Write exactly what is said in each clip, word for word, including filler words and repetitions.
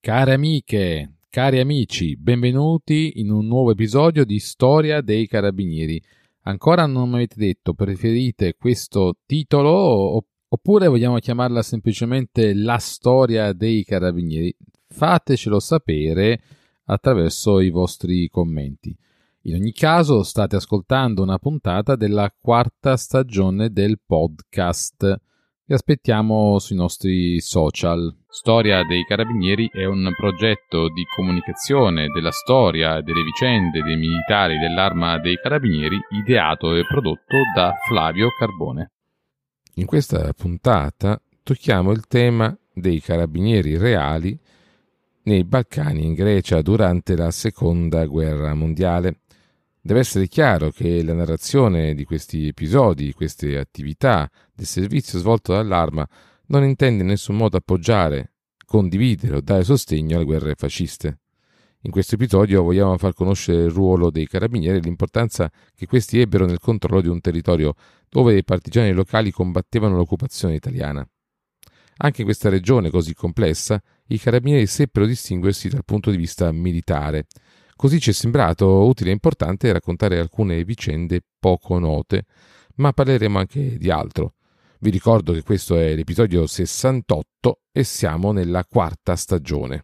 Care amiche, cari amici, benvenuti in un nuovo episodio di Storia dei Carabinieri. Ancora non mi avete detto, preferite questo titolo oppure vogliamo chiamarla semplicemente La Storia dei Carabinieri? Fatecelo sapere attraverso i vostri commenti. In ogni caso state ascoltando una puntata della quarta stagione del podcast. Vi aspettiamo sui nostri social. Storia dei Carabinieri è un progetto di comunicazione della storia e delle vicende dei militari dell'Arma dei Carabinieri, ideato e prodotto da Flavio Carbone. In questa puntata tocchiamo il tema dei carabinieri reali nei Balcani, in Grecia, durante la Seconda Guerra Mondiale. Deve essere chiaro che la narrazione di questi episodi, di queste attività del servizio svolto dall'Arma non intende in nessun modo appoggiare, condividere o dare sostegno alle guerre fasciste. In questo episodio vogliamo far conoscere il ruolo dei carabinieri e l'importanza che questi ebbero nel controllo di un territorio dove i partigiani locali combattevano l'occupazione italiana. Anche in questa regione così complessa, i carabinieri seppero distinguersi dal punto di vista militare. Così ci è sembrato utile e importante raccontare alcune vicende poco note, ma parleremo anche di altro. Vi ricordo che questo è l'episodio sessantotto e siamo nella quarta stagione.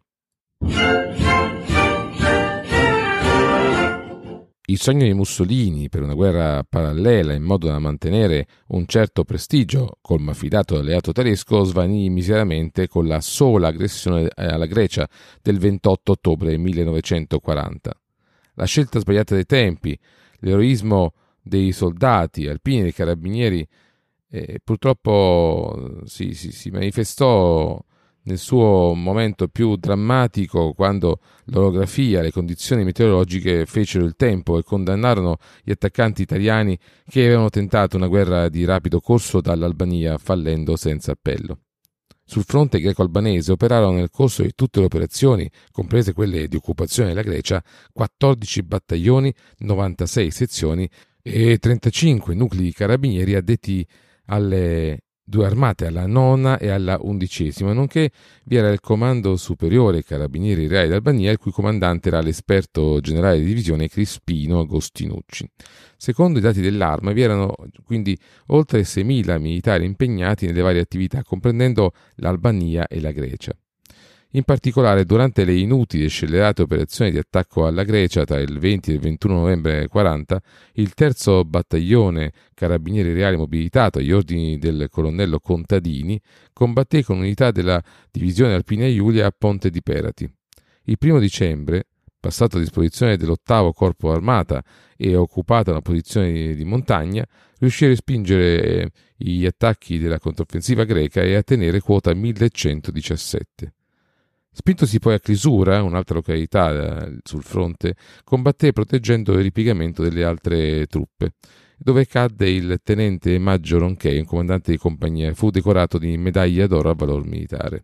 Il sogno di Mussolini per una guerra parallela in modo da mantenere un certo prestigio colmo affidato dall'alleato tedesco svanì miseramente con la sola aggressione alla Grecia del ventotto ottobre millenovecentoquaranta. La scelta sbagliata dei tempi, l'eroismo dei soldati alpini e dei carabinieri eh, purtroppo si, si, si manifestò nel suo momento più drammatico quando l'orografia e le condizioni meteorologiche fecero il tempo e condannarono gli attaccanti italiani che avevano tentato una guerra di rapido corso dall'Albania, fallendo senza appello. Sul fronte greco-albanese operarono nel corso di tutte le operazioni, comprese quelle di occupazione della Grecia, quattordici battaglioni, novantasei sezioni e trentacinque nuclei di carabinieri addetti alle due armate, alla nona e alla undicesima, nonché vi era il Comando Superiore Carabinieri Reali d'Albania, il cui comandante era l'esperto generale di divisione Crispino Agostinucci. Secondo i dati dell'Arma vi erano quindi oltre seimila militari impegnati nelle varie attività, comprendendo l'Albania e la Grecia. In particolare, durante le inutili e scellerate operazioni di attacco alla Grecia tra il venti e il ventuno novembre quaranta, il terzo battaglione carabinieri reali mobilitato agli ordini del colonnello Contadini combatté con unità della divisione Alpina Iulia a Ponte di Perati. Il primo dicembre, passato a disposizione dell'ottavo corpo armata e occupata una posizione di montagna, riuscì a respingere gli attacchi della controffensiva greca e a tenere quota millecentodiciassette. Spintosi poi a Clisura, un'altra località sul fronte, combatté proteggendo il ripiegamento delle altre truppe, dove cadde il tenente Maggio Ronchey, un comandante di compagnia, fu decorato di medaglia d'oro al valor militare.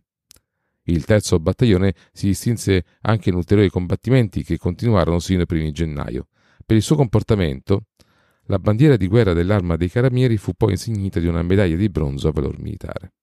Il terzo battaglione si distinse anche in ulteriori combattimenti che continuarono sino ai primi gennaio. Per il suo comportamento, la bandiera di guerra dell'Arma dei Carabinieri fu poi insignita di una medaglia di bronzo a valor militare.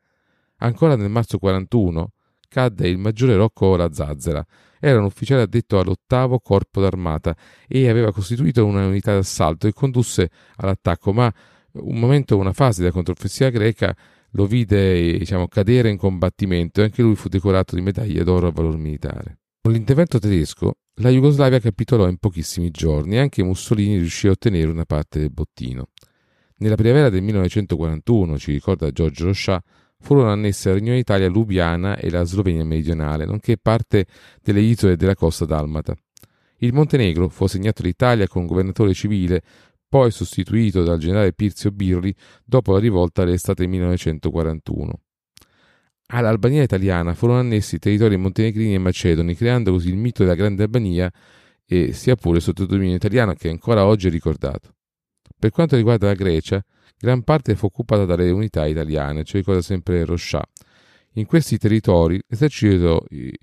Ancora nel marzo quarantuno, cadde il maggiore Rocco La Zazzera. Era un ufficiale addetto all'ottavo corpo d'armata e aveva costituito una unità d'assalto e condusse all'attacco, ma un momento, una fase della controffensiva greca lo vide diciamo, cadere in combattimento e anche lui fu decorato di medaglia d'oro a valor militare. Con l'intervento tedesco, la Jugoslavia capitolò in pochissimi giorni e anche Mussolini riuscì a ottenere una parte del bottino. Nella primavera del millenovecentoquarantuno, ci ricorda Giorgio Rochat, furono annesse alla Regno d'Italia Lubiana e la Slovenia meridionale, nonché parte delle isole della costa dalmata. Il Montenegro fu assegnato all'Italia con un governatore civile, poi sostituito dal generale Pirzio Biroli dopo la rivolta dell'estate millenovecentoquarantuno. All'Albania italiana furono annessi i territori montenegrini e macedoni, creando così il mito della Grande Albania, e sia pure sotto il dominio italiano, che ancora oggi è ricordato. Per quanto riguarda la Grecia, gran parte fu occupata dalle unità italiane, ci ricorda sempre Rochat. In questi territori l'esercito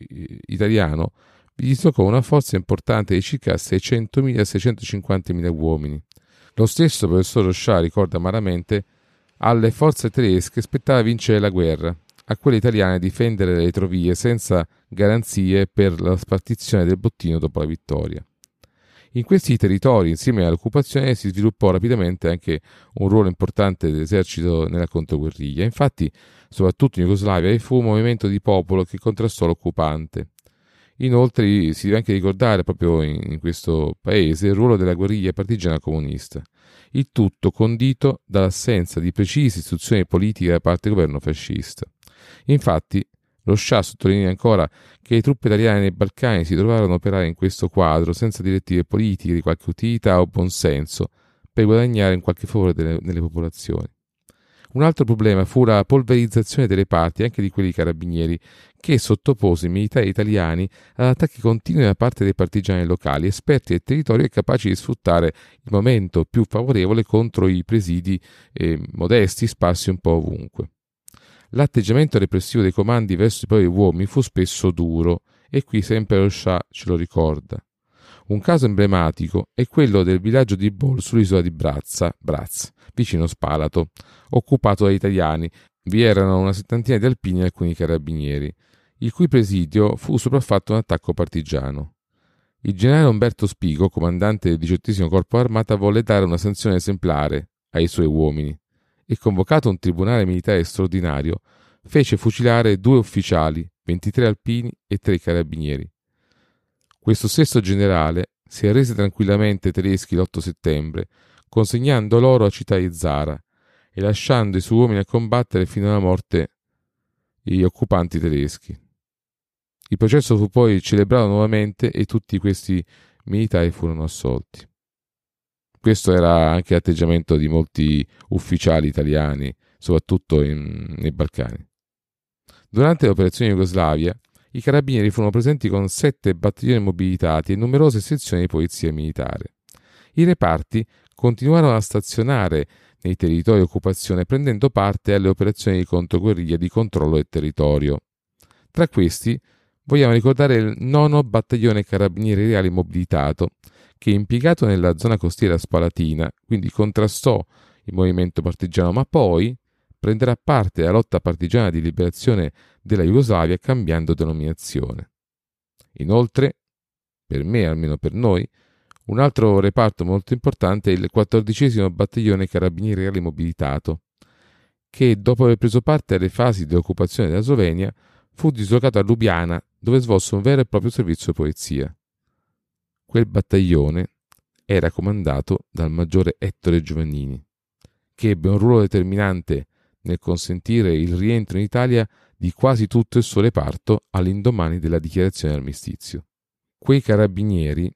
italiano vi dislocò una forza importante di circa seicentomila seicentocinquantamila uomini. Lo stesso professor Rochat ricorda amaramente: alle forze tedesche spettava vincere la guerra. a quelle italiane difendere le retrovie senza garanzie per la spartizione del bottino dopo la vittoria. In questi territori, insieme all'occupazione, si sviluppò rapidamente anche un ruolo importante dell'esercito nella controguerriglia. Infatti, soprattutto in Jugoslavia, vi fu un movimento di popolo che contrastò l'occupante. Inoltre si deve anche ricordare proprio in questo paese il ruolo della guerriglia partigiana comunista, il tutto condito dall'assenza di precise istruzioni politiche da parte del governo fascista. Infatti lo Shah sottolinea ancora che le truppe italiane nei Balcani si trovarono a operare in questo quadro senza direttive politiche di qualche utilità o buonsenso per guadagnare in qualche favore delle, nelle popolazioni. Un altro problema fu la polverizzazione delle parti, anche di quelli carabinieri, che sottopose i militari italiani ad attacchi continui da parte dei partigiani locali, esperti del territorio e capaci di sfruttare il momento più favorevole contro i presidi eh, modesti sparsi un po' ovunque. L'atteggiamento repressivo dei comandi verso i propri uomini fu spesso duro, e qui sempre lo Shah ce lo ricorda. Un caso emblematico è quello del villaggio di Bol sull'isola di Brazza, Braz, vicino Spalato, occupato dagli italiani. Vi erano una settantina di alpini e alcuni carabinieri, il cui presidio fu sopraffatto da un attacco partigiano. Il generale Umberto Spigo, comandante del diciottesimo Corpo d'Armata, volle dare una sanzione esemplare ai suoi uomini e, convocato un tribunale militare straordinario, fece fucilare due ufficiali, ventitré alpini e tre carabinieri. Questo stesso generale si arrese tranquillamente ai tedeschi l'otto settembre, consegnando loro la città di Zara e lasciando i suoi uomini a combattere fino alla morte gli occupanti tedeschi. Il processo fu poi celebrato nuovamente e tutti questi militari furono assolti. Questo era anche l'atteggiamento di molti ufficiali italiani, soprattutto in, nei Balcani. Durante le operazioni in Jugoslavia, i carabinieri furono presenti con sette battaglioni mobilitati e numerose sezioni di polizia militare. I reparti continuarono a stazionare nei territori di occupazione, prendendo parte alle operazioni di controguerriglia di controllo del territorio. Tra questi vogliamo ricordare il nono battaglione carabinieri reali mobilitato, che impiegato nella zona costiera spalatina, quindi contrastò il movimento partigiano, ma poi prenderà parte alla lotta partigiana di liberazione della Jugoslavia cambiando denominazione. Inoltre, per me, almeno per noi, un altro reparto molto importante è il quattordicesimo battaglione carabinieri reali mobilitato, che dopo aver preso parte alle fasi di occupazione della Slovenia fu dislocato a Lubiana, dove svolse un vero e proprio servizio di polizia. Quel battaglione era comandato dal maggiore Ettore Giovannini, che ebbe un ruolo determinante nel consentire il rientro in Italia di quasi tutto il suo reparto all'indomani della dichiarazione di armistizio. Quei carabinieri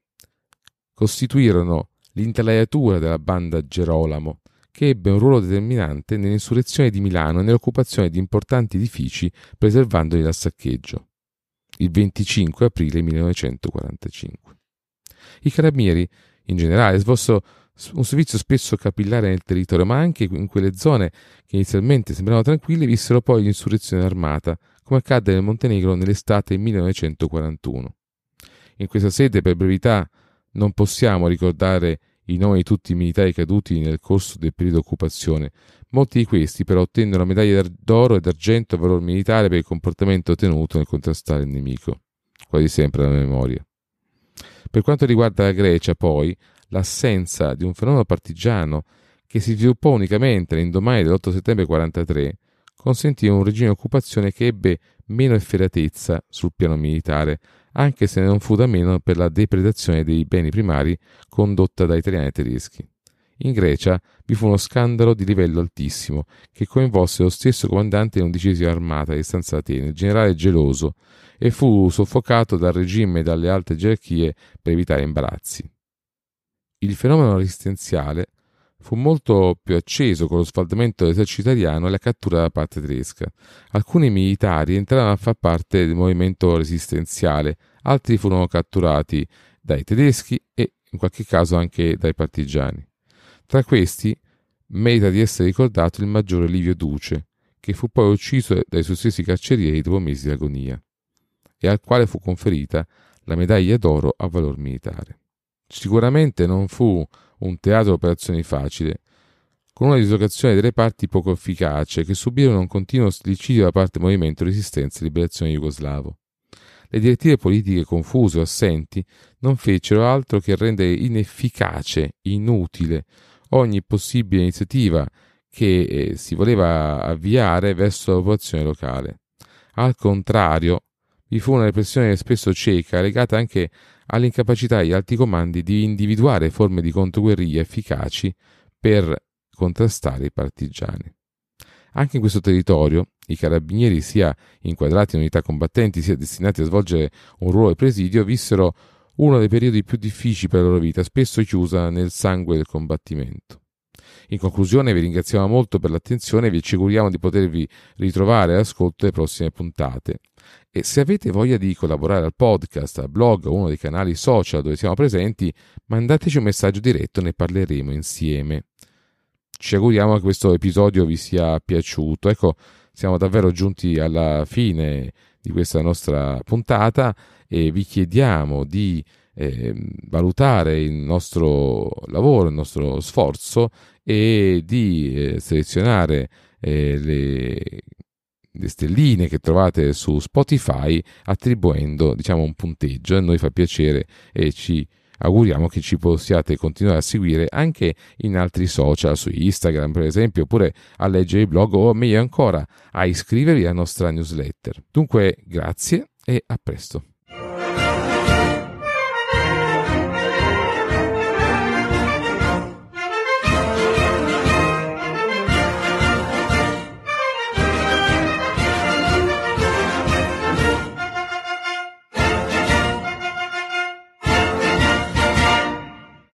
costituirono l'intelaiatura della banda Gerolamo, che ebbe un ruolo determinante nell'insurrezione di Milano e nell'occupazione di importanti edifici preservandoli dal saccheggio, il venticinque aprile millenovecentoquarantacinque. I carabinieri, in generale, svolsero un servizio spesso capillare nel territorio, ma anche in quelle zone che inizialmente sembravano tranquille vissero poi l'insurrezione armata, come accadde nel Montenegro nell'estate millenovecentoquarantuno. In questa sede, per brevità, non possiamo ricordare i nomi di tutti i militari caduti nel corso del periodo di occupazione. Molti di questi però ottennero medaglie d'oro e d'argento a valor militare per il comportamento tenuto nel contrastare il nemico, quasi sempre alla memoria. Per quanto riguarda la Grecia, poi, l'assenza di un fenomeno partigiano che si sviluppò unicamente all'indomani dell'otto settembre quarantatré consentì un regime di occupazione che ebbe meno efferatezza sul piano militare, anche se non fu da meno per la depredazione dei beni primari condotta da italiani e tedeschi. In Grecia vi fu uno scandalo di livello altissimo che coinvolse lo stesso comandante dell'undicesima armata di Stanza Atene, il generale Geloso, e fu soffocato dal regime e dalle alte gerarchie per evitare imbarazzi. Il fenomeno resistenziale fu molto più acceso con lo sfaldamento dell'esercito italiano e la cattura da parte tedesca. Alcuni militari entrarono a far parte del movimento resistenziale, altri furono catturati dai tedeschi e in qualche caso anche dai partigiani. Tra questi merita di essere ricordato il maggiore Livio Duce, che fu poi ucciso dai suoi stessi carcerieri dopo mesi di agonia, e al quale fu conferita la medaglia d'oro a valor militare. Sicuramente non fu un teatro di operazioni facile, con una dislocazione delle parti poco efficace, che subirono un continuo stillicidio da parte del movimento Resistenza e Liberazione jugoslavo. Le direttive politiche confuse o assenti non fecero altro che rendere inefficace, inutile, ogni possibile iniziativa che eh, si voleva avviare verso la popolazione locale. Al contrario, vi fu una repressione spesso cieca, legata anche all'incapacità degli alti comandi di individuare forme di controguerriglia efficaci per contrastare i partigiani. Anche in questo territorio i carabinieri, sia inquadrati in unità combattenti sia destinati a svolgere un ruolo di presidio, vissero uno dei periodi più difficili per la loro vita, spesso chiusa nel sangue del combattimento. In conclusione vi ringraziamo molto per l'attenzione e vi assicuriamo di potervi ritrovare all'ascolto delle prossime puntate. E se avete voglia di collaborare al podcast, al blog o uno dei canali social dove siamo presenti, mandateci un messaggio diretto, ne parleremo insieme. Ci auguriamo che questo episodio vi sia piaciuto. Ecco, siamo davvero giunti alla fine di questa nostra puntata e vi chiediamo di eh, valutare il nostro lavoro, il nostro sforzo e di eh, selezionare eh, le, le stelline che trovate su Spotify attribuendo, diciamo, un punteggio. A noi fa piacere e ci auguriamo che ci possiate continuare a seguire anche in altri social, su Instagram per esempio, oppure a leggere il blog o meglio ancora a iscrivervi alla nostra newsletter. Dunque grazie e a presto.